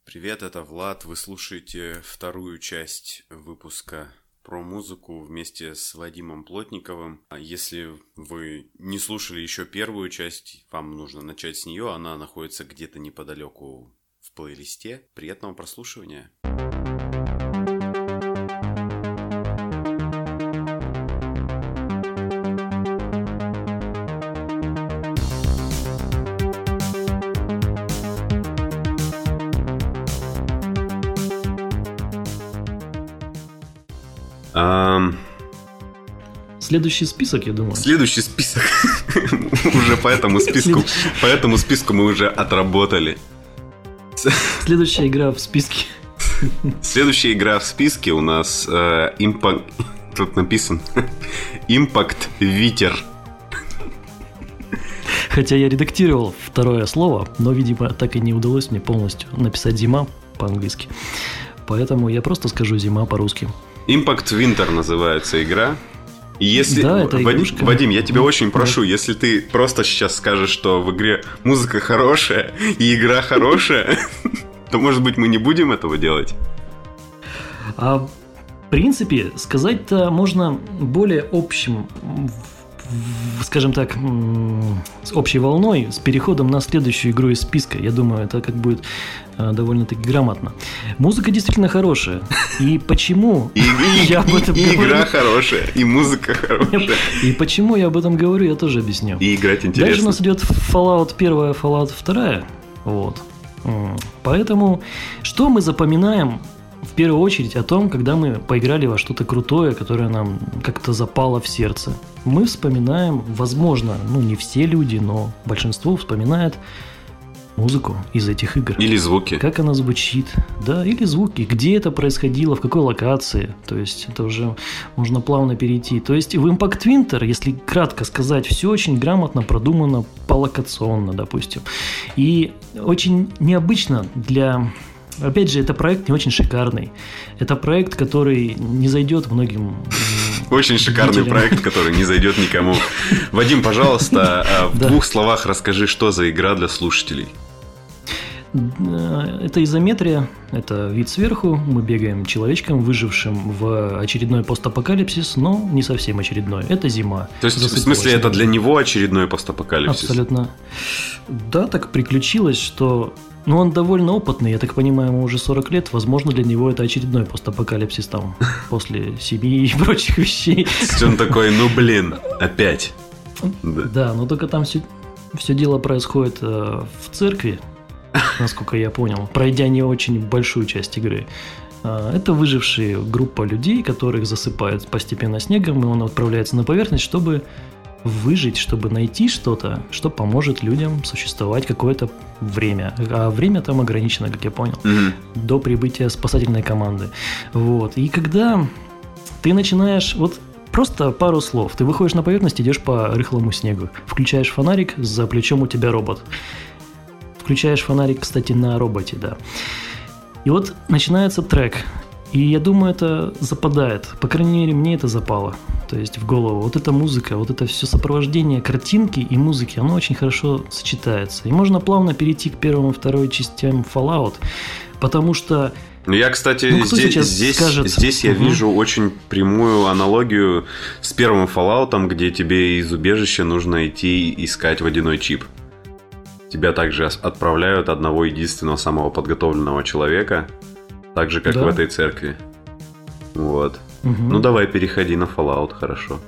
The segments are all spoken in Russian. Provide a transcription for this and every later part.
Привет, это Влад. Вы слушаете вторую часть выпуска про музыку вместе с Вадимом Плотниковым. Если вы не слушали еще первую часть, вам нужно начать с нее. Она находится где-то неподалеку в плейлисте. Приятного прослушивания. Следующий список, я думаю. Следующий список. Уже по этому списку мы уже отработали. Следующая игра в списке. Следующая игра в списке у нас тут написан Impact Витер. Хотя я редактировал второе слово, но, видимо, так и не удалось мне полностью написать «зима» по-английски. Поэтому я просто скажу «зима» по-русски. Impact Winter называется игра. Если... Да, это Вадим, я тебя очень прошу, если ты просто сейчас скажешь, что в игре музыка хорошая и игра хорошая, то, может быть, мы не будем этого делать? В принципе, сказать-то можно более общим, скажем так, с общей волной, с переходом на следующую игру из списка. Я думаю, это как будет довольно-таки грамотно. Музыка действительно хорошая. И почему я об этом говорю? И игра хорошая, и музыка хорошая. И почему я об этом говорю, я тоже объясню. И играть интересно. Дальше у нас идет Fallout 1, Fallout 2. Вот. Поэтому, что мы запоминаем в первую очередь о том, когда мы поиграли во что-то крутое, которое нам как-то запало в сердце? Мы вспоминаем, возможно, не все люди, но большинство вспоминает музыку из этих игр. Или звуки. Как она звучит. Да, или звуки. Где это происходило, в какой локации. То есть, это уже можно плавно перейти. То есть, в Impact Winter, если кратко сказать, все очень грамотно продумано полокационно, допустим. И очень необычно для... Опять же, это проект не очень шикарный. Это проект, который не зайдет многим... Очень шикарный проект, который не зайдет никому. Вадим, пожалуйста, в двух словах расскажи, что за игра для слушателей. Это изометрия, это вид сверху. Мы бегаем человечком, выжившим в очередной постапокалипсис, но не совсем очередной. Это зима. То есть, в смысле, это для него очередной постапокалипсис? Абсолютно. Да, так приключилось, что... он довольно опытный, я так понимаю, ему уже 40 лет. Возможно, для него это очередной постапокалипсис там, после семьи и прочих вещей. Он такой, опять. Да, но только там все дело происходит в церкви, насколько я понял, пройдя не очень большую часть игры. Это выжившие группа людей, которых засыпают постепенно снегом, и он отправляется на поверхность, чтобы выжить, чтобы найти что-то, что поможет людям существовать какое-то время. А время там ограничено, как я понял, до прибытия спасательной команды. Вот. И когда ты начинаешь... Просто пару слов. Ты выходишь на поверхность, идешь по рыхлому снегу. Включаешь фонарик, за плечом у тебя робот. Включаешь фонарик, кстати, на роботе, да. И вот начинается трек. И я думаю, это западает. По крайней мере, мне это запало. То есть в голову. Вот эта музыка, вот это все сопровождение картинки и музыки, оно очень хорошо сочетается. И можно плавно перейти к первым и второй частям Fallout. Потому что... Я, кстати, здесь я вижу очень прямую аналогию с первым Fallout, где тебе из убежища нужно идти искать водяной чип. Тебя также отправляют одного единственного самого подготовленного человека, так же, как в этой церкви. Вот. Давай переходи на Fallout, хорошо.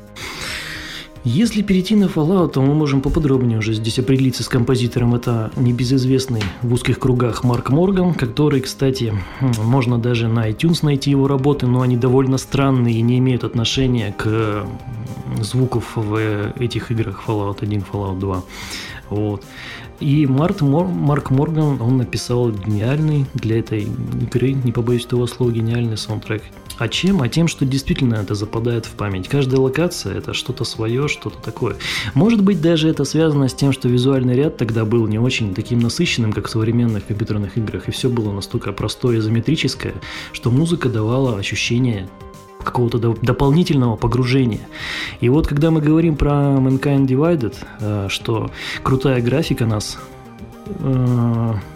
Если перейти на Fallout, то мы можем поподробнее уже здесь определиться с композитором. Это небезызвестный в узких кругах Марк Морган, который, кстати, можно даже на iTunes найти его работы, но они довольно странные и не имеют отношения к звуку в этих играх Fallout 1, Fallout 2. Вот. И Марк Морган, он написал гениальный для этой игры, не побоюсь этого слова, гениальный саундтрек. А чем? Тем, что действительно это западает в память. Каждая локация – это что-то свое, что-то такое. Может быть, даже это связано с тем, что визуальный ряд тогда был не очень таким насыщенным, как в современных компьютерных играх, и все было настолько простое и изометрическое, что музыка давала ощущение какого-то дополнительного погружения. И вот когда мы говорим про Mankind Divided, что крутая графика нас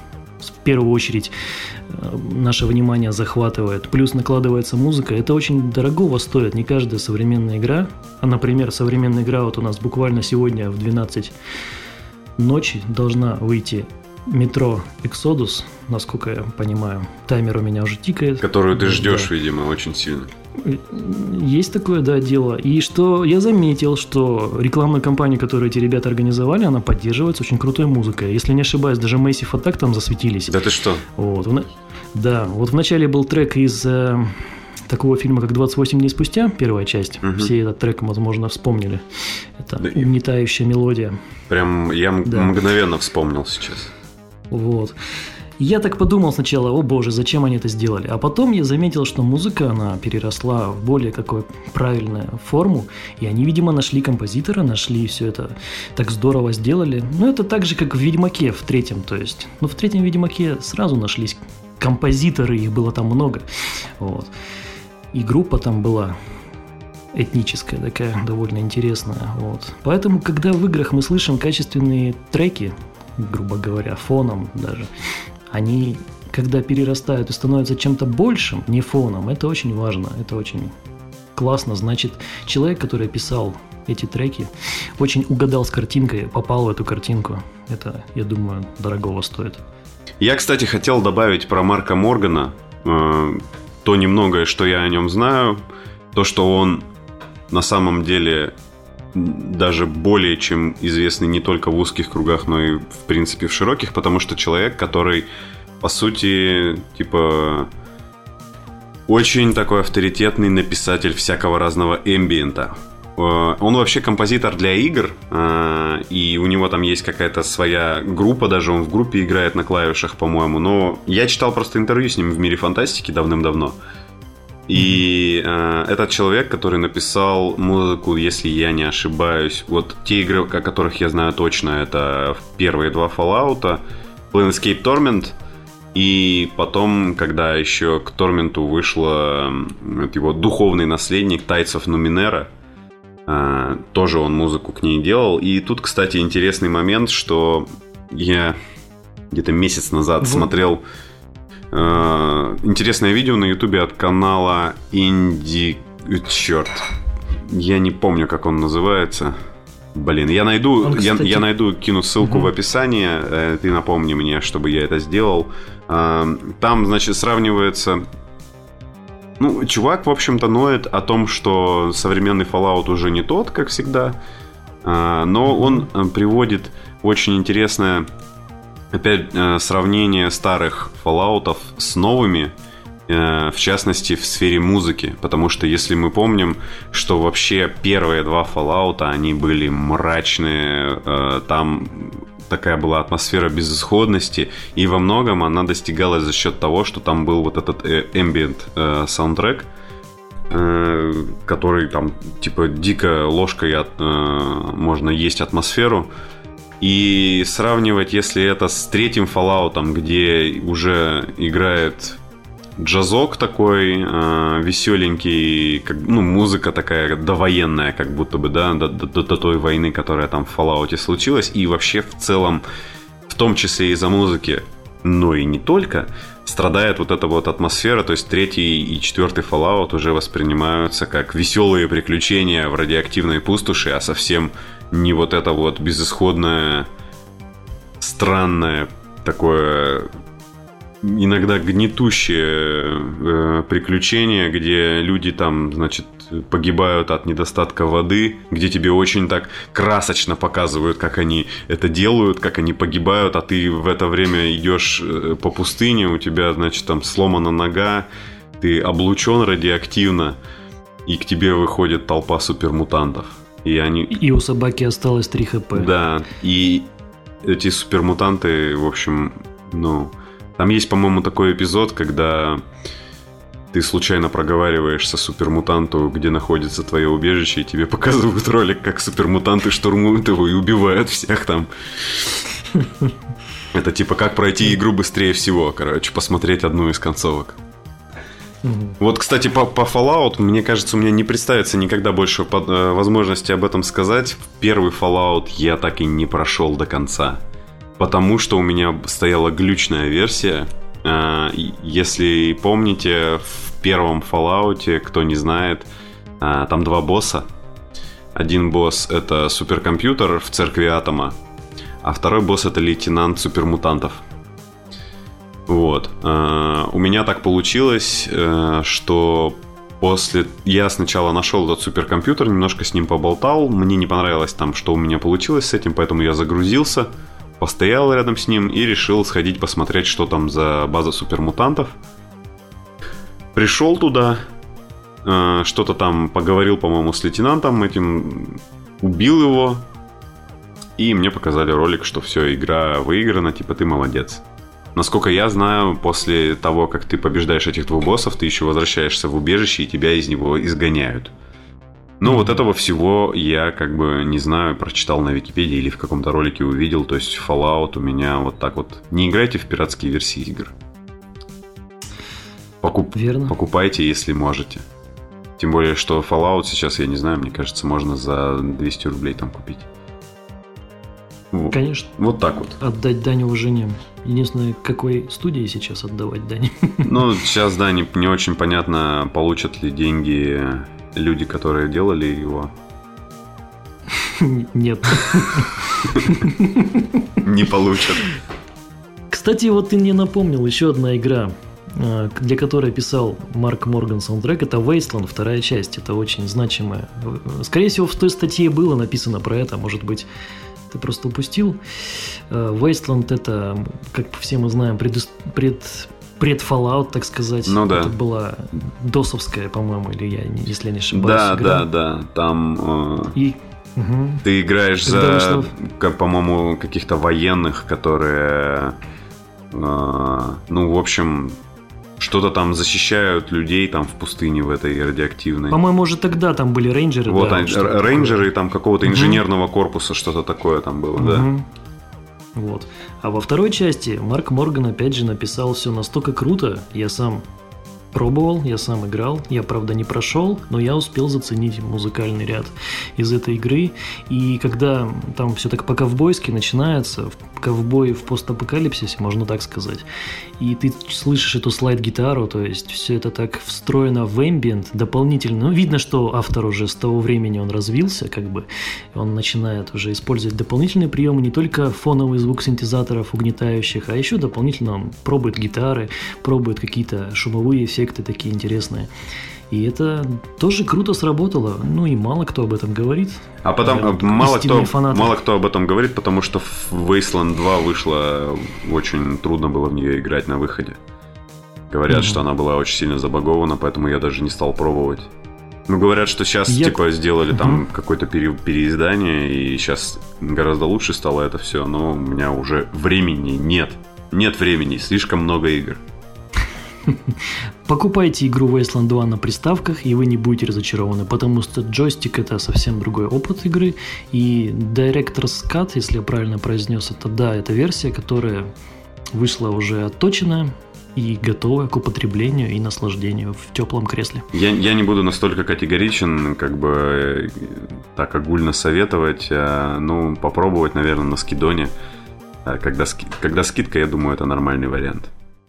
в первую очередь наше внимание захватывает. Плюс накладывается музыка. Это очень дорогого стоит. Не каждая современная игра. А, например, современная игра вот у нас буквально сегодня в 12 ночи должна выйти Metro Exodus, насколько я понимаю. Таймер у меня уже тикает. Которую ты ждешь, да. Видимо, очень сильно. Есть такое, да, дело. И что я заметил, что рекламную кампанию, которую эти ребята организовали, она поддерживается очень крутой музыкой. Если не ошибаюсь, даже Massive Attack там засветились. Да ты что? Вот. Да, вот в начале был трек из такого фильма, как «28 дней спустя», первая часть. Все этот трек, возможно, вспомнили. Это да, угнетающая мелодия. Прям я мгновенно вспомнил сейчас. Вот. Я так подумал сначала, о боже, зачем они это сделали? А потом я заметил, что музыка, она переросла в более какую правильную форму, и они, видимо, нашли композитора, нашли все это, так здорово сделали. Ну, это так же, как в «Ведьмаке» в третьем, то есть. Ну, в третьем «Ведьмаке» сразу нашлись композиторы, их было там много. Вот. И группа там была этническая, такая довольно интересная. Вот. Поэтому, когда в играх мы слышим качественные треки, грубо говоря, фоном даже, они, когда перерастают и становятся чем-то большим, не фоном, это очень важно, это очень классно. Значит, человек, который писал эти треки, очень угадал с картинкой, попал в эту картинку. Это, я думаю, дорогого стоит. Я, кстати, хотел добавить про Марка Моргана. То немногое, что я о нем знаю, то, что он на самом деле даже более чем известный не только в узких кругах, но и, в принципе, в широких, потому что человек, который, по сути, типа, очень такой авторитетный написатель всякого разного эмбиента. Он вообще композитор для игр, и у него там есть какая-то своя группа, даже он в группе играет на клавишах, по-моему. Но я читал просто интервью с ним в «Мире фантастики» давным-давно. И этот человек, который написал музыку, если я не ошибаюсь, вот те игры, о которых я знаю точно, это первые два Fallout, Planescape Torment, и потом, когда еще к Торменту вышла его духовный наследник Tides of Numenera, тоже он музыку к ней делал. И тут, кстати, интересный момент, что я где-то месяц назад смотрел интересное видео на ютубе от канала Инди... Черт, я не помню, как он называется. Блин, я найду, кстати... я найду, кину ссылку в описании. Ты напомни мне, чтобы я это сделал. Там, значит, сравнивается... Ну, чувак, в общем-то, ноет о том, что современный Fallout уже не тот, как всегда. Но он приводит очень интересное, опять, сравнение старых Fallout'ов с новыми, в частности, в сфере музыки. Потому что, если мы помним, что вообще первые два Fallout'а, они были мрачные, там такая была атмосфера безысходности, и во многом она достигалась за счет того, что там был вот этот ambient саундтрек, который там типа дико ложкой можно есть атмосферу. И сравнивать, если это с третьим Fallout'ом, где уже играет джазок такой веселенький, музыка такая довоенная, как будто бы, да, до той войны, которая там в Fallout'е случилась. И вообще в целом, в том числе из-за музыки, но и не только, страдает вот эта вот атмосфера. То есть третий и четвертый Fallout уже воспринимаются как веселые приключения в радиоактивной пустоши, а совсем не вот это вот безысходное, странное такое... иногда гнетущее приключение, где люди там, значит, погибают от недостатка воды, где тебе очень так красочно показывают, как они это делают, как они погибают, а ты в это время идешь по пустыне, у тебя, значит, там сломана нога, ты облучен радиоактивно, и к тебе выходит толпа супермутантов. И у собаки осталось 3 хп. Да, и эти супермутанты, в общем, там есть, по-моему, такой эпизод, когда ты случайно проговариваешься супермутанту, где находится твое убежище, и тебе показывают ролик, как супермутанты штурмуют его и убивают всех там. Это типа как пройти игру быстрее всего, короче, посмотреть одну из концовок. Вот, кстати, по Fallout, мне кажется, у меня не представится никогда больше возможности об этом сказать. Первый Fallout я так и не прошел до конца. потому что у меня стояла глючная версия. Если помните, в первом Fallout, кто не знает, там 2 босса. Один босс — это суперкомпьютер в церкви Атома, а второй босс — это лейтенант супермутантов. Вот. У меня так получилось, что я сначала нашел этот суперкомпьютер, немножко с ним поболтал. Мне не понравилось там, что у меня получилось с этим, поэтому я загрузился, постоял рядом с ним и решил сходить посмотреть, что там за база супермутантов. Пришел туда, что-то там поговорил, по-моему, с лейтенантом этим, убил его, и мне показали ролик, что все, игра выиграна, типа ты молодец. Насколько я знаю, после того, как ты побеждаешь этих 2 боссов, ты еще возвращаешься в убежище, и тебя из него изгоняют. Но вот этого всего я как бы, не знаю, прочитал на Википедии или в каком-то ролике увидел. То есть Fallout у меня вот так вот. Не играйте в пиратские версии игр. Верно. Покупайте, если можете. Тем более, что Fallout сейчас, я не знаю, мне кажется, можно за 200 рублей там купить. Конечно. Вот так вот. Отдать дань уважения. Единственное, какой студии сейчас отдавать дань? Ну, сейчас, да, не очень понятно, получат ли деньги люди, которые делали его. Нет. Не получат. Кстати, вот ты мне напомнил еще одна игра, для которой писал Марк Морган саундтрек. Это Wasteland, 2 часть. Это очень значимая. Скорее всего, в той статье было написано про это. Может быть, ты просто упустил. Wasteland — это, как все мы знаем, пред Fallout, так сказать. Ну да. Это была досовская, по-моему, или если я не ошибаюсь. Да. Там ты играешь за, по-моему, каких-то военных, которые, в общем, что-то там защищают людей там в пустыне в этой радиоактивной. По-моему, уже тогда там были рейнджеры. Вот, да, рейнджеры там какого-то инженерного корпуса, что-то такое там было, да. Вот. А во 2 части Марк Морган опять же написал все настолько круто. Я сам пробовал, я сам играл. Я, правда, не прошел, но я успел заценить музыкальный ряд из этой игры. И когда там все так по-ковбойски начинается, ковбой в постапокалипсисе, можно так сказать, и ты слышишь эту слайд-гитару, то есть все это так встроено в эмбиент дополнительно. Видно, что автор уже с того времени он развился, как бы он начинает уже использовать дополнительные приемы, не только фоновый звук синтезаторов угнетающих, а еще дополнительно он пробует гитары, пробует какие-то шумовые эффекты такие интересные. И это тоже круто сработало. Ну и мало кто об этом говорит. А потом мало кто об этом говорит, потому что в Wasteland 2 вышло, очень трудно было в нее играть на выходе. Говорят, что она была очень сильно забагована, поэтому я даже не стал пробовать. Ну, говорят, что сейчас сделали там какое-то переиздание, и сейчас гораздо лучше стало это все, но у меня уже времени нет. Нет времени, слишком много игр. Покупайте игру Wasteland 2 на приставках, и вы не будете разочарованы, потому что джойстик — это совсем другой опыт игры, и Director's Cut, если я правильно произнес это, да, это версия, которая вышла уже отточенная и готовая к употреблению и наслаждению в теплом кресле. Я не буду настолько категоричен, как бы так огульно советовать, попробовать, наверное, на скидоне. Когда скидка, я думаю, это нормальный вариант.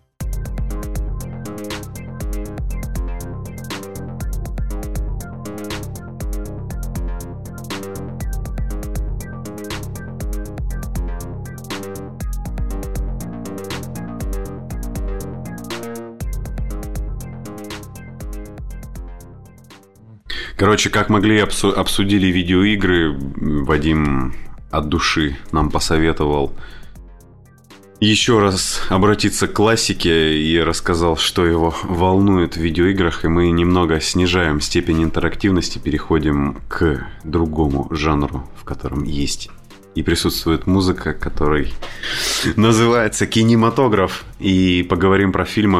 Короче, как могли, обсудили видеоигры. Вадим от души нам посоветовал еще раз обратиться к классике и рассказал, что его волнует в видеоиграх. И мы немного снижаем степень интерактивности, переходим к другому жанру, в котором есть и присутствует музыка, который называется кинематограф. И поговорим про фильмы,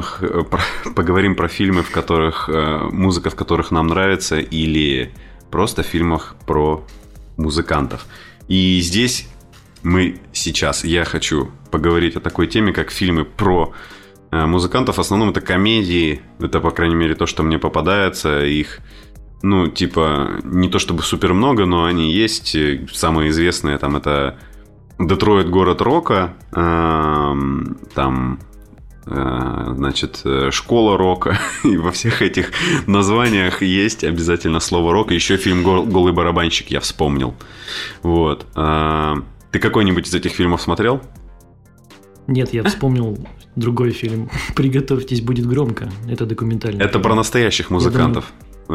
в которых музыка, в которых нам нравится, или просто фильмах про музыкантов. И здесь я хочу поговорить о такой теме, как фильмы про музыкантов. В основном это комедии. Это, по крайней мере, то, что мне попадается. Их, не то чтобы супер много, но они есть. Самые известные там это Детройт, город рока, там, значит, школа рока. И во всех этих названиях есть обязательно слово рок. И еще фильм «Голый барабанщик» я вспомнил. Вот. Ты какой-нибудь из этих фильмов смотрел? Нет, я вспомнил другой фильм. «Приготовьтесь, будет громко». Это документальный. Это фильм. Про настоящих музыкантов.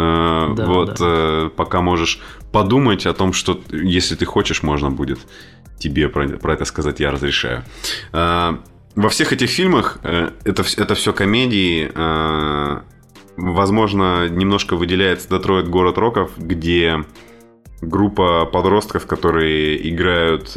Пока можешь подумать о том, что если ты хочешь, можно будет тебе про это сказать, я разрешаю. Во всех этих фильмах это все комедии. Возможно, немножко выделяется «Детройт, город роков», где группа подростков, которые играют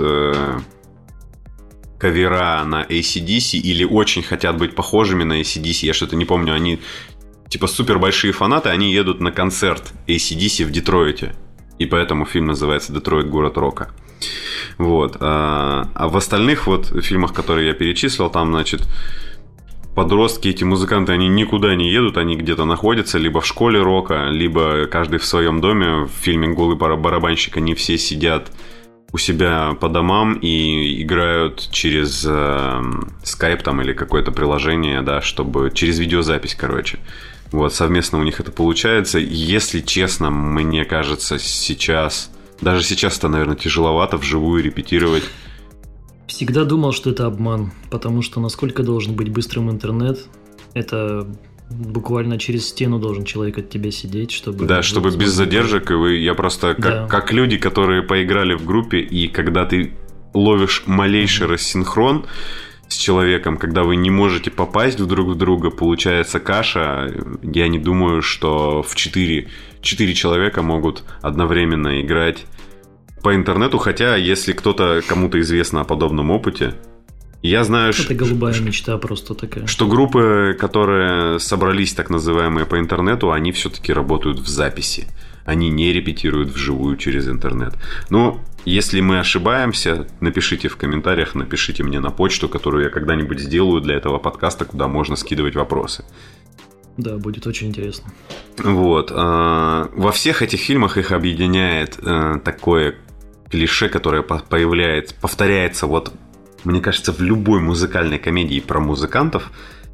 кавера на AC/DC или очень хотят быть похожими на AC/DC. Я что-то не помню. Они типа супер большие фанаты. Они едут на концерт AC/DC в Детройте. И поэтому фильм называется «Детройт, город рока». Вот. А в остальных вот фильмах, которые я перечислил, там, значит, подростки, эти музыканты, они никуда не едут, они где-то находятся, либо в школе рока, либо каждый в своем доме. В фильме «Голый барабанщик» они все сидят у себя по домам и играют через Skype там или какое-то приложение, да, чтобы через видеозапись, короче. Вот, совместно у них это получается. Если честно, мне кажется, даже сейчас это, наверное, тяжеловато вживую репетировать. Всегда думал, что это обман, потому что насколько должен быть быстрым интернет, это буквально через стену должен человек от тебя сидеть, чтобы... Да, чтобы без задержек. Я просто, как люди, которые поиграли в группе, и когда ты ловишь малейший рассинхрон с человеком, когда вы не можете попасть друг в друга, получается каша. Я не думаю, что в 4 человека могут одновременно играть по интернету, хотя если кому-то известно о подобном опыте, я знаю, это голубая мечта просто такая. Что группы, которые собрались так называемые по интернету, они все-таки работают в записи. Они не репетируют вживую через интернет. Но если мы ошибаемся, напишите в комментариях, напишите мне на почту, которую я когда-нибудь сделаю для этого подкаста, куда можно скидывать вопросы. Да, будет очень интересно. Вот. Во всех этих фильмах их объединяет такое клише, которое повторяется вот, мне кажется, в любой музыкальной комедии про музыкантов.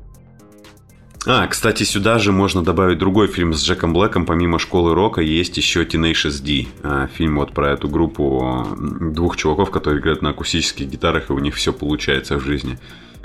Кстати, сюда же можно добавить другой фильм с Джеком Блэком. Помимо «Школы рока» есть еще Tenacious D. Фильм вот про эту группу двух чуваков, которые играют на акустических гитарах, и у них все получается в жизни.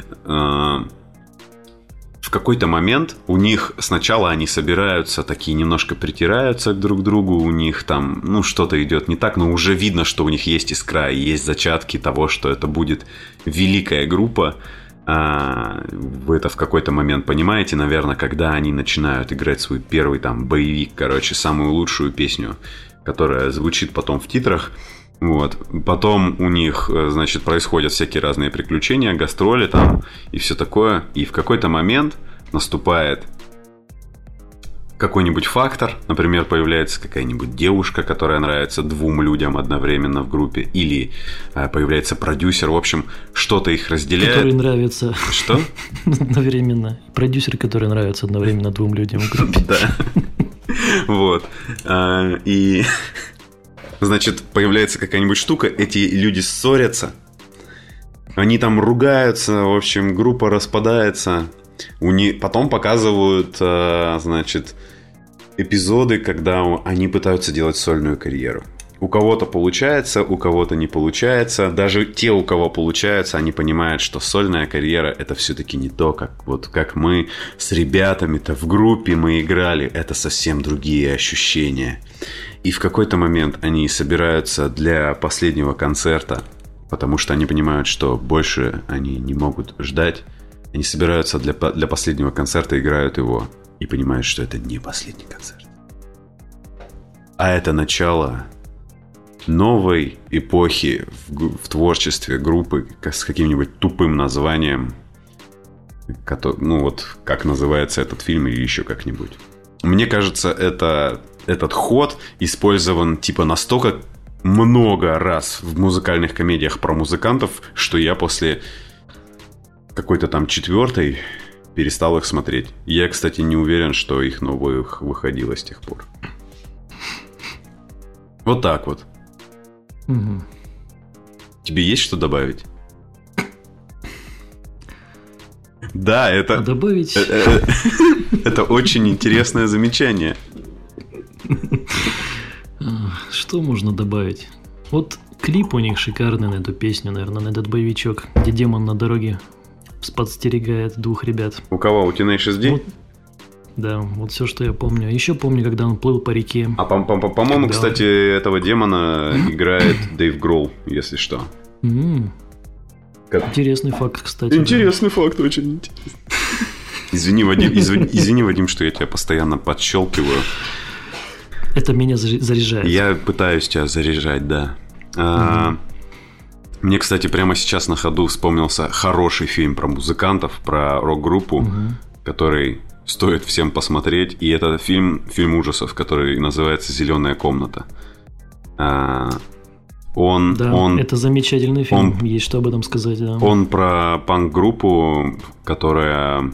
В какой-то момент у них сначала они собираются, такие немножко притираются друг к другу, у них там, что-то идет не так, но уже видно, что у них есть искра, и есть зачатки того, что это будет великая группа. Вы это в какой-то момент понимаете, наверное, когда они начинают играть свой первый там боевик, самую лучшую песню, которая звучит потом в титрах. Вот. Потом у них, значит, происходят всякие разные приключения, гастроли там и все такое. И в какой-то момент наступает какой-нибудь фактор. Например, появляется какая-нибудь девушка, которая нравится двум людям одновременно в группе. Или появляется продюсер. В общем, что-то их разделяет. Который нравится... Что? Одновременно. Продюсер, который нравится одновременно двум людям в группе. Да. Вот. И... Значит, появляется какая-нибудь штука, эти люди ссорятся, они там ругаются, в общем, группа распадается. Потом показывают, значит, эпизоды, когда они пытаются делать сольную карьеру. У кого-то получается, у кого-то не получается. Даже те, у кого получается, они понимают, что сольная карьера — это все-таки не то, как мы с ребятами-то в группе мы играли. Это совсем другие ощущения. И в какой-то момент они собираются для последнего концерта, потому что они понимают, что больше они не могут ждать. Они собираются для последнего концерта, играют его и понимают, что это не последний концерт. А это начало новой эпохи в творчестве группы с каким-нибудь тупым названием. Как называется этот фильм или еще как-нибудь. Мне кажется, этот ход использован настолько много раз в музыкальных комедиях про музыкантов, что я после какой-то там 4-й перестал их смотреть. Я, кстати, не уверен, что их новых выходило с тех пор. Вот так вот. Угу. Тебе есть что добавить? Да, это... Добавить... Это очень интересное замечание. Что можно добавить? Вот клип у них шикарный на эту песню, наверное, на этот боевичок, где демон на дороге подстерегает двух ребят. У кого? У Tenacious D? Вот, да, вот все, что я помню. Еще помню, когда он плыл по реке. А по-моему, кстати, этого демона играет Дэйв Гролл, если что. Интересный факт, кстати. Интересный факт, очень интересный. Извини, Вадим, что я тебя постоянно подщелкиваю. Это меня заряжает. Я пытаюсь тебя заряжать, да. Мне, кстати, прямо сейчас на ходу вспомнился хороший фильм про музыкантов, про рок-группу, который стоит всем посмотреть. И это фильм ужасов, который называется «Зеленая комната». Это замечательный фильм, есть что об этом сказать. Да. Он про панк-группу, которая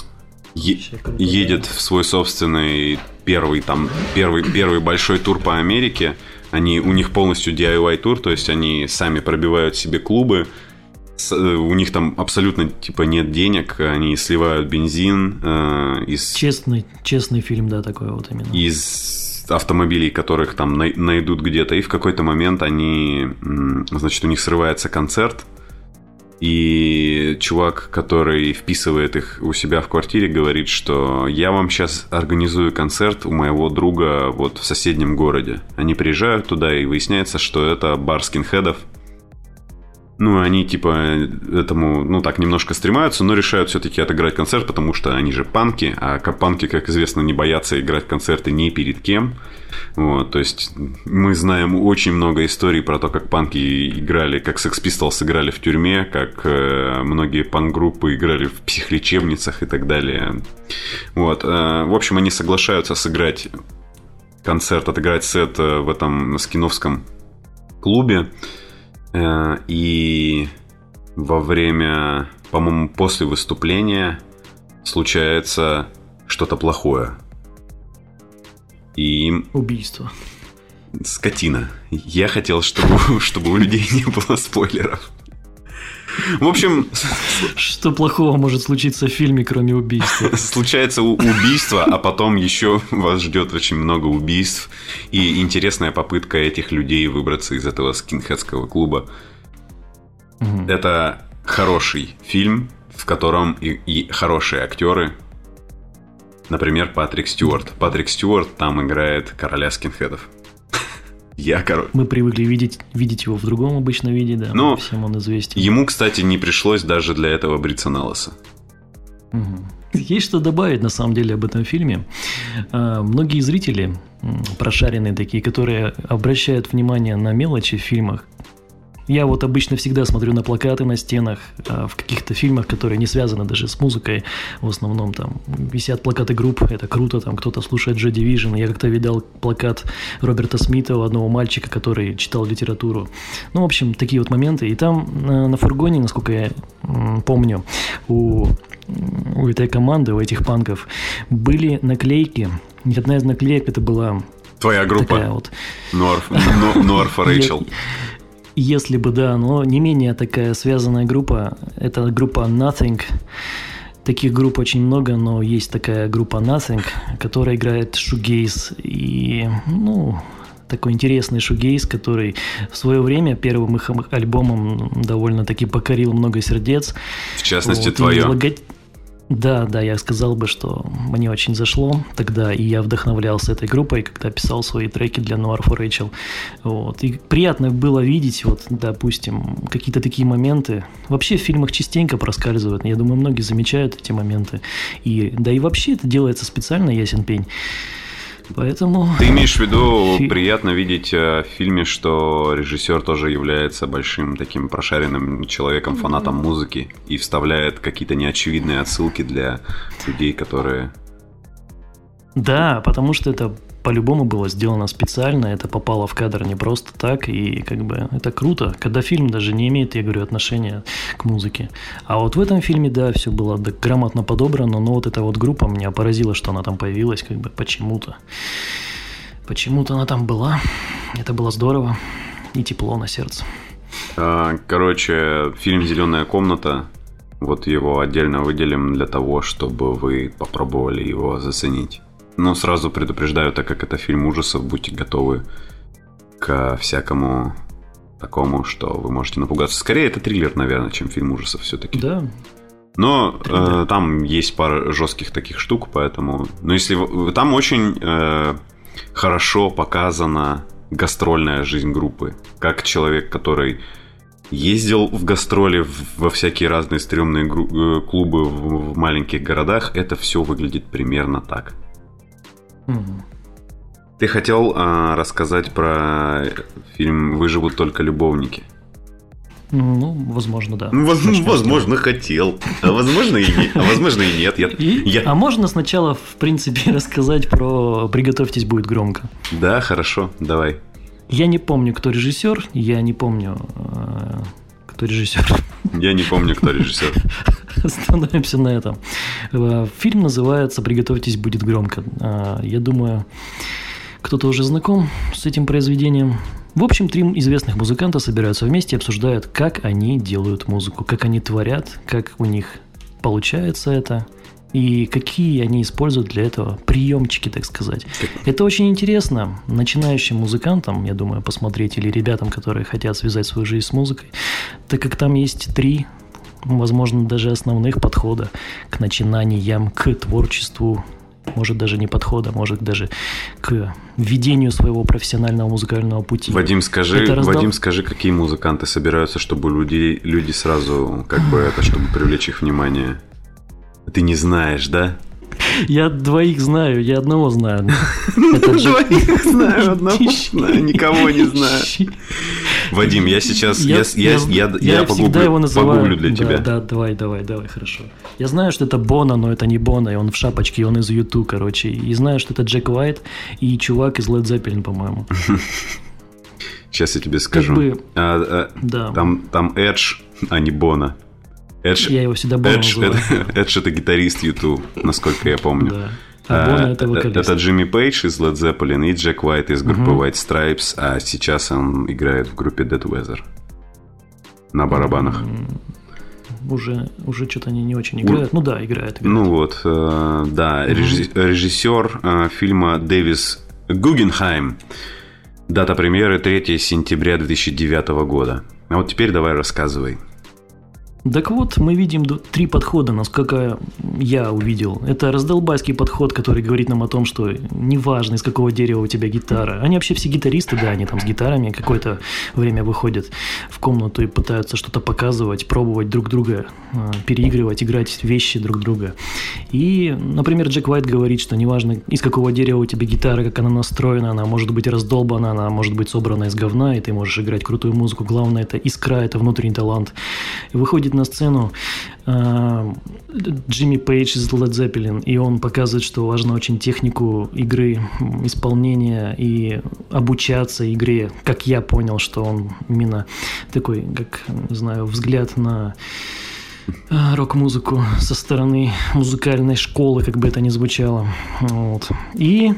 едет в свой собственный первый большой тур по Америке. У них полностью DIY-тур, то есть они сами пробивают себе клубы. У них там абсолютно типа нет денег, они сливают бензин из... Честный фильм, да, такой вот именно. Из автомобилей, которых там найдут где-то. И в какой-то момент они... Значит, у них срывается концерт. И чувак, который вписывает их у себя в квартире, говорит, что я вам сейчас организую концерт у моего друга вот в соседнем городе. Они приезжают туда, и выясняется, что это бар скинхедов. Ну, они типа этому, так немножко стремаются, но решают все-таки отыграть концерт, потому что они же панки, а панки, как известно, не боятся играть концерты ни перед кем. Вот, то есть мы знаем очень много историй про то, как панки играли, как Sex Pistols играли в тюрьме, как многие панк-группы играли в психлечебницах и так далее. Вот, в общем, они соглашаются сыграть концерт, отыграть сет в этом скиновском клубе. И во время, по-моему, после выступления случается что-то плохое. И убийство. Скотина. Я хотел, чтобы у людей не было спойлеров. В общем... Что плохого может случиться в фильме, кроме убийства? Случается убийство, а потом еще вас ждет очень много убийств. И интересная попытка этих людей выбраться из этого скинхедского клуба. Это хороший фильм, в котором и хорошие актеры. Например, Патрик Стюарт. Патрик Стюарт там играет короля скинхедов. Мы привыкли видеть его в другом обычном виде, да. Но всем он известен. Ему, кстати, не пришлось даже для этого бриться на лысо. Есть что добавить, на самом деле, об этом фильме. Многие зрители, прошаренные такие, которые обращают внимание на мелочи в фильмах. Я вот обычно всегда смотрю на плакаты на стенах, в каких-то фильмах, которые не связаны даже с музыкой. В основном там висят плакаты групп, это круто, там кто-то слушает Joy Division. Я как-то видал плакат Роберта Смита у одного мальчика, который читал литературу. Ну, в общем, такие вот моменты. И там на фургоне, насколько я помню, у этой команды, у этих панков были наклейки. Одна из наклеек это была... Твоя группа. Вот. Noir for Rachel. Если бы, да, но не менее такая связанная группа, это группа Nothing. Таких групп очень много, но есть такая группа Nothing, которая играет шугейз. И, такой интересный шугейз, который в свое время первым их альбомом довольно-таки покорил много сердец. В частности, твое. Да, я сказал бы, что мне очень зашло тогда, и я вдохновлялся этой группой, когда писал свои треки для Noir for Rachel. Вот. И приятно было видеть, допустим, какие-то такие моменты. Вообще в фильмах частенько проскальзывают, я думаю, многие замечают эти моменты. Да и вообще это делается специально, ясен пень. Поэтому... Ты имеешь в виду, приятно видеть в фильме, что режиссер тоже является большим таким прошаренным человеком, фанатом музыки, и вставляет какие-то неочевидные отсылки для людей, которые... Да, потому что это по-любому было сделано специально, это попало в кадр не просто так, и это круто, когда фильм даже не имеет, я говорю, отношения к музыке. А вот в этом фильме, да, все было грамотно подобрано, но вот эта вот группа меня поразила, что она там появилась, почему-то. Почему-то она там была, это было здорово и тепло на сердце. Короче, фильм «Зеленая комната». Вот его отдельно выделим для того, чтобы вы попробовали его заценить. Но сразу предупреждаю, так как это фильм ужасов, будьте готовы ко всякому такому, что вы можете напугаться. Скорее, это триллер, наверное, чем фильм ужасов все-таки. Да. Но там есть пара жестких таких штук, поэтому... Но если там очень хорошо показана гастрольная жизнь группы. Как человек, который ездил в гастроли во всякие разные стрёмные клубы в маленьких городах, это все выглядит примерно так. Ты хотел рассказать про фильм «Выживут только любовники». Ну, возможно, да. Возможно, хотел. А возможно и нет. А можно сначала, в принципе, рассказать про «Приготовьтесь, будет громко». Да, хорошо, давай. Я не помню, кто режиссер. Я не помню, кто режиссер. Остановимся на этом. Фильм называется «Приготовьтесь, будет громко». Я думаю, кто-то уже знаком с этим произведением. В общем, 3 известных музыканта собираются вместе и обсуждают, как они делают музыку, как они творят, как у них получается это, и какие они используют для этого приемчики, так сказать. Это очень интересно начинающим музыкантам, я думаю, посмотреть, или ребятам, которые хотят связать свою жизнь с музыкой, так как там есть 3, возможно, даже основных подхода к начинаниям, к творчеству. Может, даже не подхода, может, даже к ведению своего профессионального музыкального пути. Вадим, скажи, какие музыканты собираются, чтобы люди сразу, чтобы привлечь их внимание? Ты не знаешь, да? Я 2 знаю, я одного знаю. 2 знаю, одного знаю, никого не знаю. Вадим, я сейчас... Я всегда его называю... погуглю для тебя. Да, давай, хорошо. Я знаю, что это Боно, но это не Боно, и он в шапочке, и он из YouTube, короче. И знаю, что это Джек Уайт и чувак из Led Zeppelin, по-моему. Сейчас я тебе скажу. Там Эдж, а не Боно. Я его всегда Боно называю. Эдж — это гитарист YouTube, насколько я помню. Да. А Боно — это вокалист. Это Джимми Пейдж из Led Zeppelin и Джек Уайт из группы White Stripes, а сейчас он играет в группе Dead Weather на барабанах. Уже что-то они не очень играют. Ну да, играют. Ну вот, да. Режиссер фильма Дэвис Гугенхайм. Дата премьеры 3 сентября 2009 года. А вот теперь давай рассказывай. Так вот, мы видим 3 подхода, насколько я увидел. Это раздолбайский подход, который говорит нам о том, что неважно, из какого дерева у тебя гитара. Они вообще все гитаристы, да, они там с гитарами какое-то время выходят в комнату и пытаются что-то показывать, пробовать друг друга, переигрывать, играть вещи друг друга. И, например, Джек Уайт говорит, что неважно, из какого дерева у тебя гитара, как она настроена, она может быть раздолбана, она может быть собрана из говна, и ты можешь играть крутую музыку. Главное, это искра, это внутренний талант. И выходит на сцену Джимми Пейдж из Led Zeppelin, и он показывает, что важно очень технику игры, исполнения и обучаться игре. Как я понял, что он именно такой, как, не знаю, взгляд на рок-музыку со стороны музыкальной школы, как бы это ни звучало. Вот. И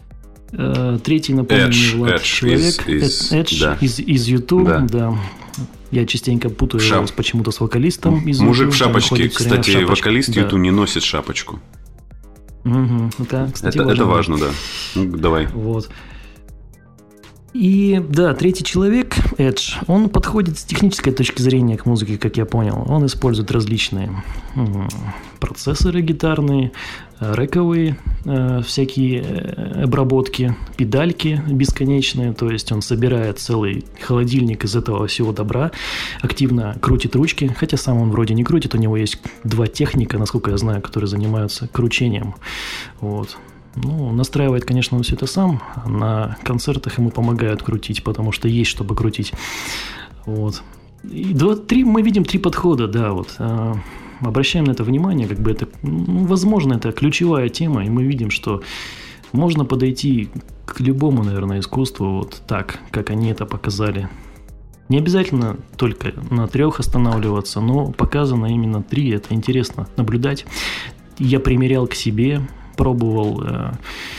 3-й, напомню, Влад, человек Эдж из YouTube, да. Я частенько путаю его почему-то с вокалистом из YouTube. Мужик в шапочке. Кстати, вокалист YouTube не носит шапочку. Это важно, да. Ну, давай. Вот. И да, 3-й человек, Эдж, он подходит с технической точки зрения к музыке, как я понял. Он использует различные процессоры гитарные, рэковые, всякие обработки, педальки бесконечные. То есть он собирает целый холодильник из этого всего добра, активно крутит ручки, хотя сам он вроде не крутит, у него есть 2 техника, насколько я знаю, которые занимаются кручением. Вот. Ну, настраивает, конечно, он все это сам. На концертах ему помогают крутить, потому что есть, чтобы крутить. Вот. И мы видим 3 подхода, да, вот. Обращаем на это внимание, как бы это, возможно, это ключевая тема, и мы видим, что можно подойти к любому, наверное, искусству вот так, как они это показали. Не обязательно только на 3 останавливаться, но показано именно 3, это интересно наблюдать. Я примерял к себе, пробовал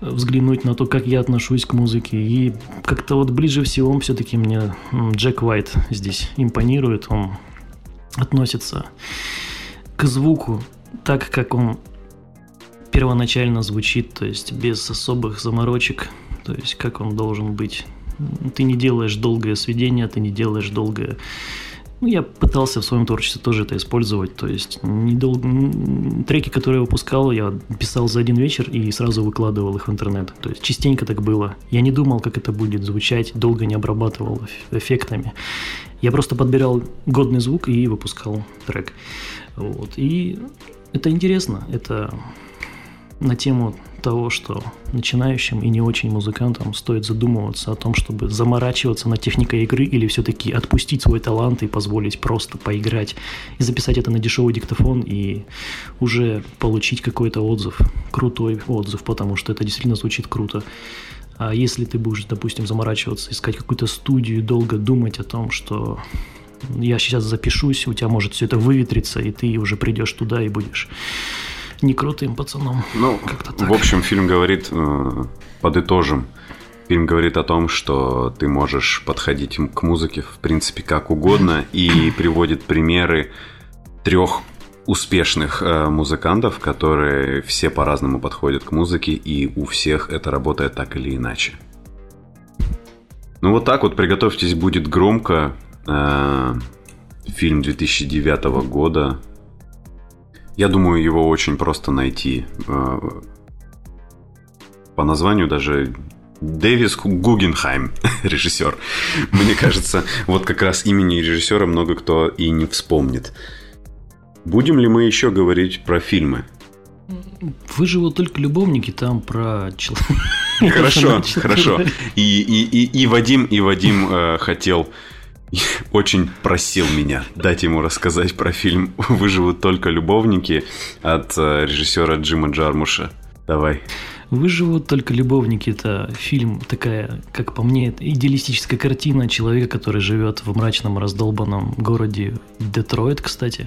взглянуть на то, как я отношусь к музыке. И как-то вот ближе всего все-таки мне Джек Уайт здесь импонирует. Он относится к звуку так, как он первоначально звучит, то есть без особых заморочек, то есть как он должен быть. Ты не делаешь долгое сведение, ты не делаешь долгое... я пытался в своем творчестве тоже это использовать, то есть треки, которые я выпускал, я писал за один вечер и сразу выкладывал их в интернет, то есть частенько так было. Я не думал, как это будет звучать, долго не обрабатывал эффектами. Я просто подбирал годный звук и выпускал трек. Вот. И это интересно, это на тему того, что начинающим и не очень музыкантам стоит задумываться о том, чтобы заморачиваться над техникой игры или все-таки отпустить свой талант и позволить просто поиграть и записать это на дешевый диктофон и уже получить какой-то отзыв, крутой отзыв, потому что это действительно звучит круто. А если ты будешь, допустим, заморачиваться, искать какую-то студию, долго думать о том, что я сейчас запишусь, у тебя может все это выветриться, и ты уже придешь туда и будешь... не крутым пацаном. Как-то так. В общем, фильм говорит, подытожим, фильм говорит о том, что ты можешь подходить к музыке, в принципе, как угодно, и приводит примеры 3 успешных музыкантов, которые все по-разному подходят к музыке, и у всех это работает так или иначе. Вот так вот, приготовьтесь, будет громко. Фильм 2009 года. Я думаю, его очень просто найти. По названию даже Дэвис Гугенхайм, режиссер. Мне кажется, вот как раз имени режиссера много кто и не вспомнит. Будем ли мы еще говорить про фильмы? Выживут только любовники, там про человека. Хорошо. И Вадим хотел... очень просил меня дать ему рассказать про фильм «Выживут только любовники» от режиссера Джима Джармуша. Давай. «Выживут только любовники» – это фильм, такая, как по мне, это идеалистическая картина человека, который живет в мрачном раздолбанном городе Детройт, кстати,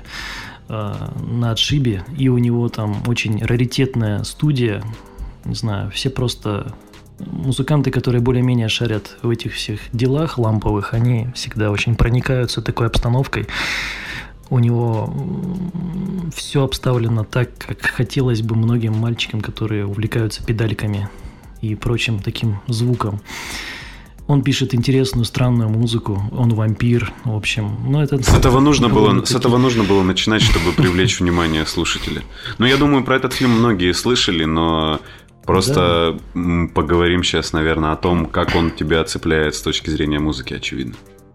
на отшибе, и у него там очень раритетная студия, не знаю, все просто... Музыканты, которые более-менее шарят в этих всех делах ламповых, они всегда очень проникаются такой обстановкой. У него все обставлено так, как хотелось бы многим мальчикам, которые увлекаются педальками и прочим таким звуком. Он пишет интересную, странную музыку, он вампир, в общем. Но это с этого нужно было начинать, чтобы привлечь внимание слушателя. Я думаю, про этот фильм многие слышали, но... Просто поговорим сейчас, наверное, о том, как он тебя цепляет с точки зрения музыки, очевидно.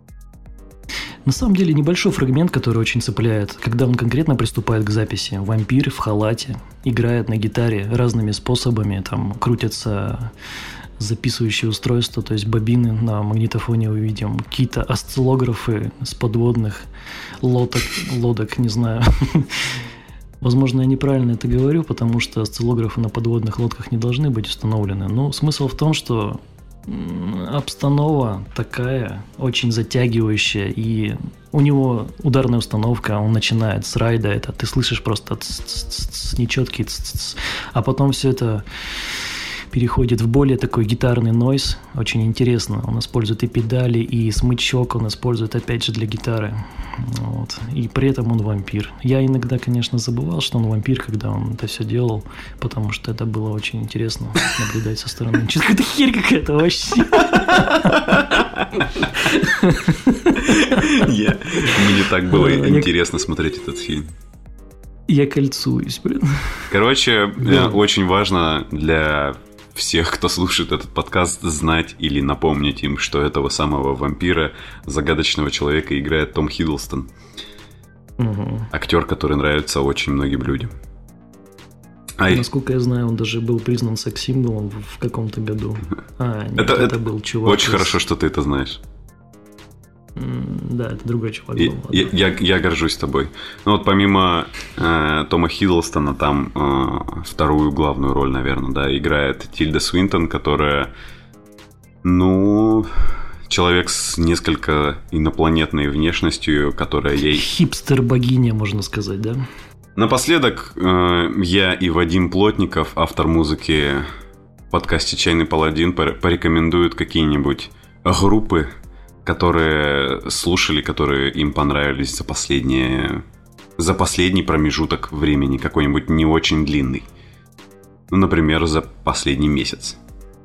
На самом деле небольшой фрагмент, который очень цепляет, когда он конкретно приступает к записи. Вампир в халате играет на гитаре разными способами, там крутятся записывающие устройства, то есть бобины на магнитофоне увидим, какие-то осциллографы с подводных лодок, не знаю. Возможно, я неправильно это говорю, потому что осциллографы на подводных лодках не должны быть установлены. Но смысл в том, что обстанова такая, очень затягивающая, и у него ударная установка, он начинает с райда, это ты слышишь просто нечеткий, а потом все это переходит в более такой гитарный нойз, очень интересно. Он использует и педали, и смычок он использует опять же для гитары. Вот. И при этом он вампир. Я иногда, конечно, забывал, что он вампир, когда он это все делал, потому что это было очень интересно наблюдать со стороны. Что-то какая-то херь какая-то вообще. Мне так было интересно смотреть этот фильм. Я кольцуюсь, блин. Короче, очень важно для всех, кто слушает этот подкаст, знать или напомнить им, что этого самого вампира, загадочного человека, играет Том Хиддлстон. Актер, который нравится очень многим людям. Насколько я знаю, он даже был признан секс-символом в каком-то году. Это был чувак. Очень хорошо, что ты это знаешь. Да, это другой чувак был. Я горжусь тобой. Помимо Тома Хиддлстона, там вторую главную роль, наверное, играет Тильда Свинтон, которая, человек с несколько инопланетной внешностью, которая ей... Хипстер-богиня, можно сказать, да? Напоследок, я и Вадим Плотников, автор музыки подкасте «Чайный паладин» порекомендуют какие-нибудь группы, которые слушали, которые им понравились за последний промежуток времени, какой-нибудь не очень длинный. Ну, например, за последний месяц.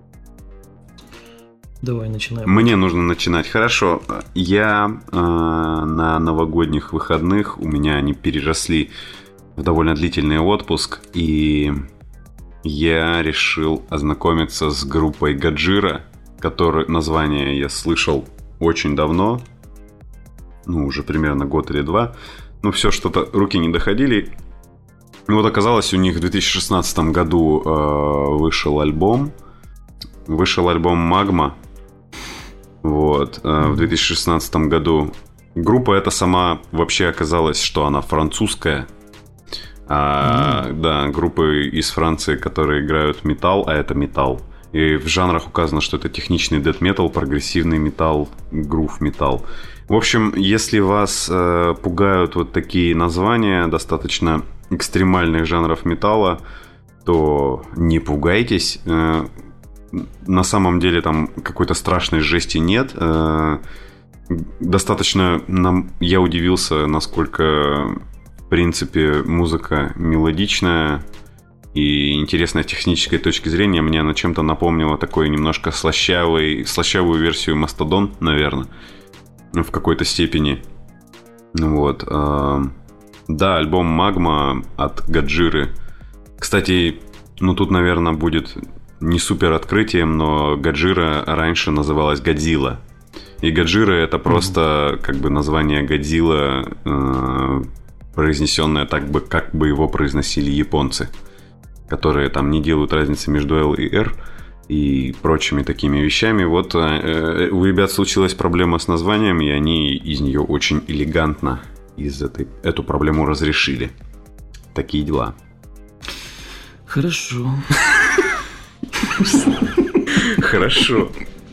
Давай, начинаем. Мне нужно начинать. Хорошо. Я на новогодних выходных, у меня они переросли в довольно длительный отпуск, и я решил ознакомиться с группой Годжира, которое название я слышал очень давно, ну, уже примерно год или два, но все что-то, руки не доходили. И вот оказалось, у них в 2016 году вышел альбом «Магма». Вот, в 2016 году. Группа эта сама вообще оказалась, что она французская. Да, группы из Франции, которые играют металл, а это металл. И в жанрах указано, что это техничный дэт-метал, прогрессивный металл, грув-металл. В общем, если вас пугают вот такие названия достаточно экстремальных жанров металла, то не пугайтесь. На самом деле там какой-то страшной жести нет. Достаточно я удивился, насколько, в принципе, музыка мелодичная и интересная с технической точки зрения. Мне она чем-то напомнила такой немножко слащавую версию Mastodon, наверное, в какой-то степени. Вот. Да, альбом «Магма» от Годжиры. Кстати, ну тут, наверное, будет не супер открытием, но Годжира раньше называлась Годзилла. И Годжира — это просто как бы название Годзилла, произнесенное так бы, как бы его произносили японцы, которые там не делают разницы между L и R и прочими такими вещами. Вот у ребят случилась проблема с названием, и они из нее очень элегантно эту проблему разрешили. Такие дела. Хорошо. Хорошо.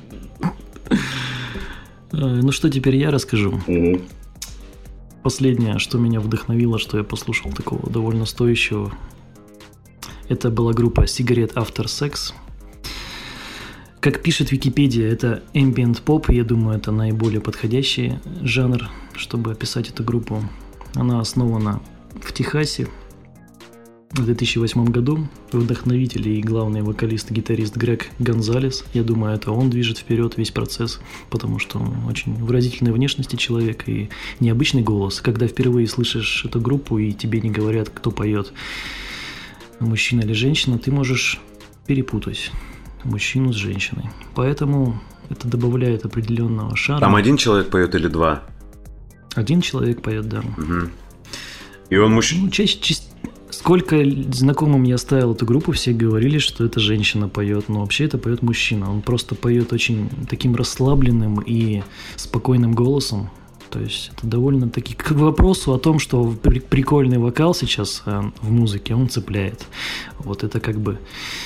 Ну что, теперь я расскажу. Последнее, что меня вдохновило, что я послушал такого довольно стоящего, это была группа Cigarette After Sex. Как пишет Википедия, это ambient pop, я думаю, это наиболее подходящий жанр, чтобы описать эту группу. Она основана в Техасе в 2008 году. Вдохновитель и главный вокалист-гитарист Грег Гонзалес. Я думаю, это он движет вперед весь процесс, потому что он очень выразительной внешности человек и необычный голос. Когда впервые слышишь эту группу и тебе не говорят, кто поет, мужчина или женщина, ты можешь перепутать мужчину с женщиной. Поэтому это добавляет определенного шарма. Там один человек поет или два? Один человек поет, да. Угу. И он мужчина? Сколько знакомым я ставил эту группу, все говорили, что это женщина поет, но вообще это поет мужчина. Он просто поет очень таким расслабленным и спокойным голосом. То есть это довольно-таки к вопросу о том, что прикольный вокал сейчас в музыке, он цепляет. Вот это как бы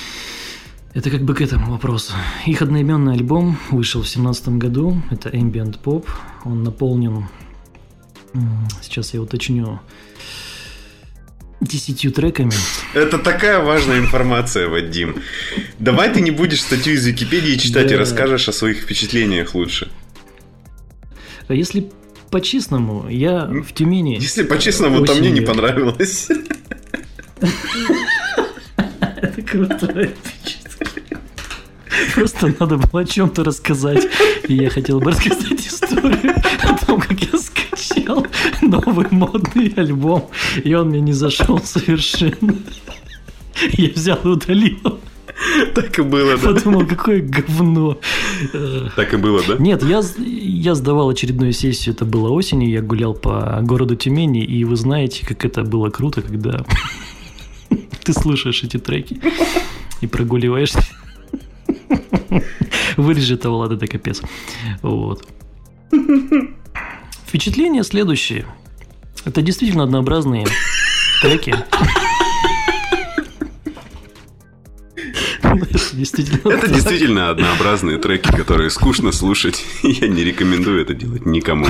к этому вопросу. Их одноименный альбом вышел в 2017 году. Это Ambient Pop. Он наполнен, сейчас я уточню, 10 треками. Это такая важная информация, Вадим. Давай ты не будешь статью из Википедии читать и расскажешь о своих впечатлениях лучше. Если по-честному, я в Тюмени... Если по-честному, то мне не понравилось. Это круто. Просто надо было о чем-то рассказать. И я хотел бы рассказать историю о том, как я скачал новый модный альбом, и он мне не зашел совершенно. Я взял и удалил. Так и было, да? Подумал, какое говно. Так и было, да? Нет, я сдавал очередную сессию, это было осенью, я гулял по городу Тюмени, и вы знаете, как это было круто, когда ты слушаешь эти треки и прогуливаешься. Вырежи это, Влад, это капец. Вот. Впечатления следующие. Это действительно однообразные треки. Это действительно однообразные треки, которые скучно слушать. Я не рекомендую это делать никому.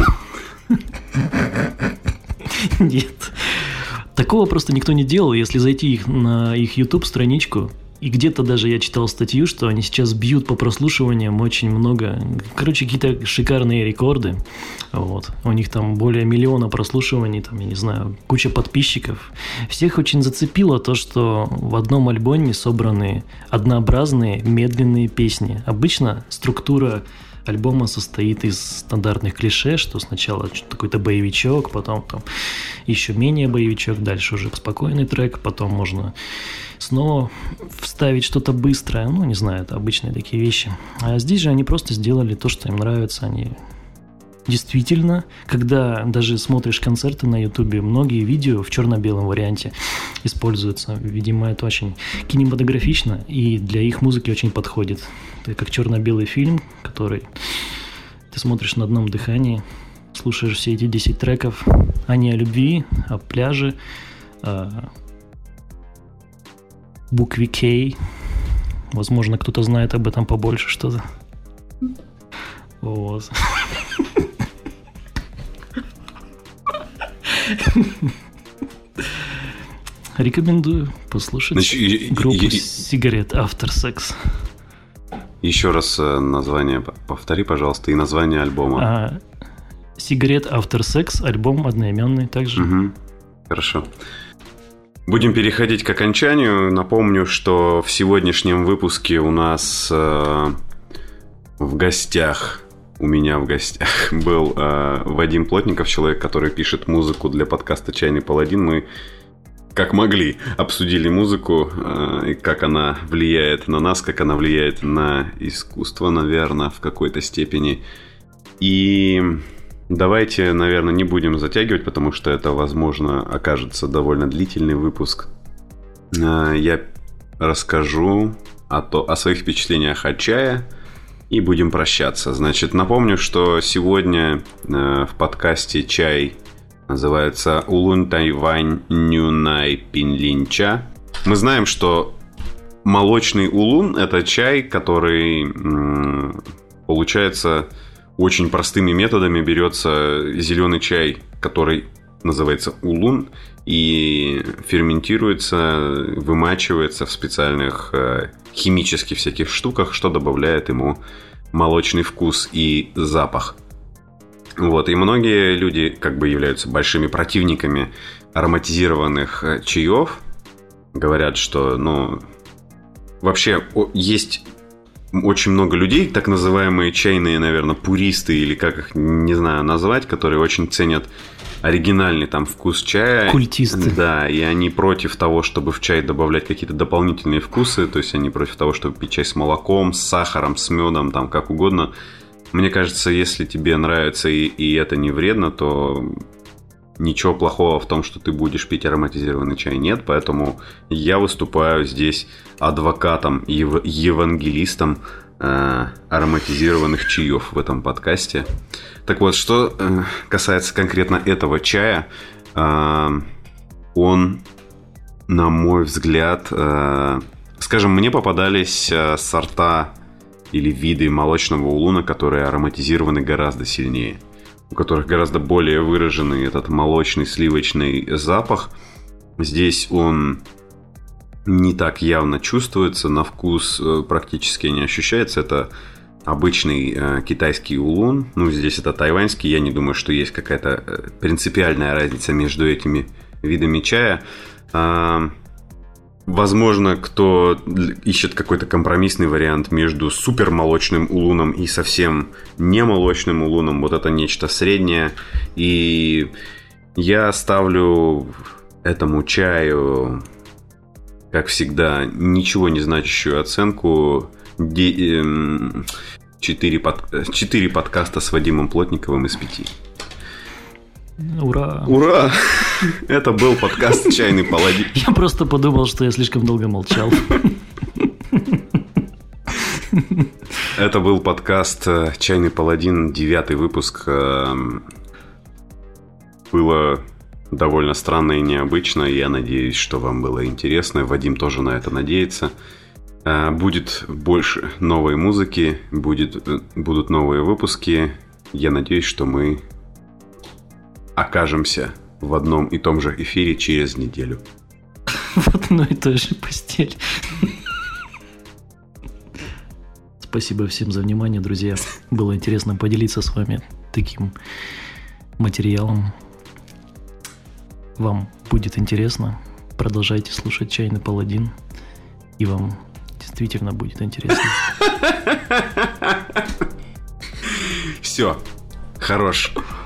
Нет. Такого просто никто не делал. Если зайти на их YouTube-страничку, И где-то даже я читал статью, что они сейчас бьют по прослушиваниям очень много. Короче, какие-то шикарные рекорды. Вот. У них там более 1 миллиона прослушиваний, там, я не знаю, куча подписчиков. Всех очень зацепило то, что в одном альбоме собраны однообразные медленные песни. Обычно структура альбома состоит из стандартных клише, что сначала какой-то боевичок, потом там еще менее боевичок, дальше уже спокойный трек, потом можно снова вставить что-то быстрое, ну, не знаю, это обычные такие вещи. А здесь же они просто сделали то, что им нравится, они... Действительно, когда даже смотришь концерты на Ютубе, многие видео в черно-белом варианте используются. Видимо, это очень кинематографично и для их музыки очень подходит. Это как черно-белый фильм, который ты смотришь на одном дыхании, слушаешь все эти 10 треков, а не о любви, о пляже, о букве K. Возможно, кто-то знает об этом побольше что-то. Вот. Рекомендую послушать группу Cigarette After Sex. Еще раз название повтори, пожалуйста, и название альбома. Cigarette After Sex, альбом одноименный также. Угу. Хорошо. Будем переходить к окончанию. Напомню, что в сегодняшнем выпуске у нас у меня в гостях был Вадим Плотников, человек, который пишет музыку для подкаста «Чайный паладин». Мы, как могли, обсудили музыку, и как она влияет на нас, как она влияет на искусство, наверное, в какой-то степени. И давайте, наверное, не будем затягивать, потому что это, возможно, окажется довольно длительный выпуск. Я расскажу о своих впечатлениях от чая. И будем прощаться. Значит, напомню, что сегодня в подкасте «Чай» называется «Улун Тайвань Нюнай Пинлинча». Мы знаем, что молочный улун – это чай, который получается очень простыми методами. Берется зеленый чай, который называется улун, и ферментируется, вымачивается в специальных химических всяких штуках, что добавляет ему молочный вкус и запах. Вот. И многие люди как бы являются большими противниками ароматизированных чаев. Говорят, что, вообще есть очень много людей, так называемые чайные, наверное, пуристы, или как их, не знаю, назвать, которые очень ценят оригинальный там вкус чая. Культисты. Да, и они против того, чтобы в чай добавлять какие-то дополнительные вкусы. То есть они против того, чтобы пить чай с молоком, с сахаром, с медом, там как угодно. Мне кажется, если тебе нравится и это не вредно, то ничего плохого в том, что ты будешь пить ароматизированный чай, нет. Поэтому я выступаю здесь адвокатом и евангелистом ароматизированных чаев в этом подкасте. Так вот, что касается конкретно этого чая, он, на мой взгляд, скажем, мне попадались сорта или виды молочного улуна, которые ароматизированы гораздо сильнее, у которых гораздо более выраженный этот молочный сливочный запах. Здесь он не так явно чувствуется, на вкус практически не ощущается. Это обычный китайский улун. Здесь это тайваньский. Я не думаю, что есть какая-то принципиальная разница между этими видами чая. Возможно, кто ищет какой-то компромиссный вариант между супермолочным улуном и совсем не молочным улуном, вот это нечто среднее. И я ставлю этому чаю, как всегда, ничего не значащую оценку 4 подкаста с Вадимом Плотниковым из 5. Ура! Ура! Это был подкаст «Чайный паладин». Я просто подумал, что я слишком долго молчал. Это был подкаст «Чайный паладин», 9-й выпуск. Было довольно странно и необычно. Я надеюсь, что вам было интересно. Вадим тоже на это надеется. Будет больше новой музыки, будут новые выпуски. Я надеюсь, что мы окажемся в одном и том же эфире через неделю. В одной и той же постели. Спасибо всем за внимание, друзья. Было интересно поделиться с вами таким материалом. Вам будет интересно. Продолжайте слушать «Чайный паладин». И вам действительно будет интересно. Все. Хорош.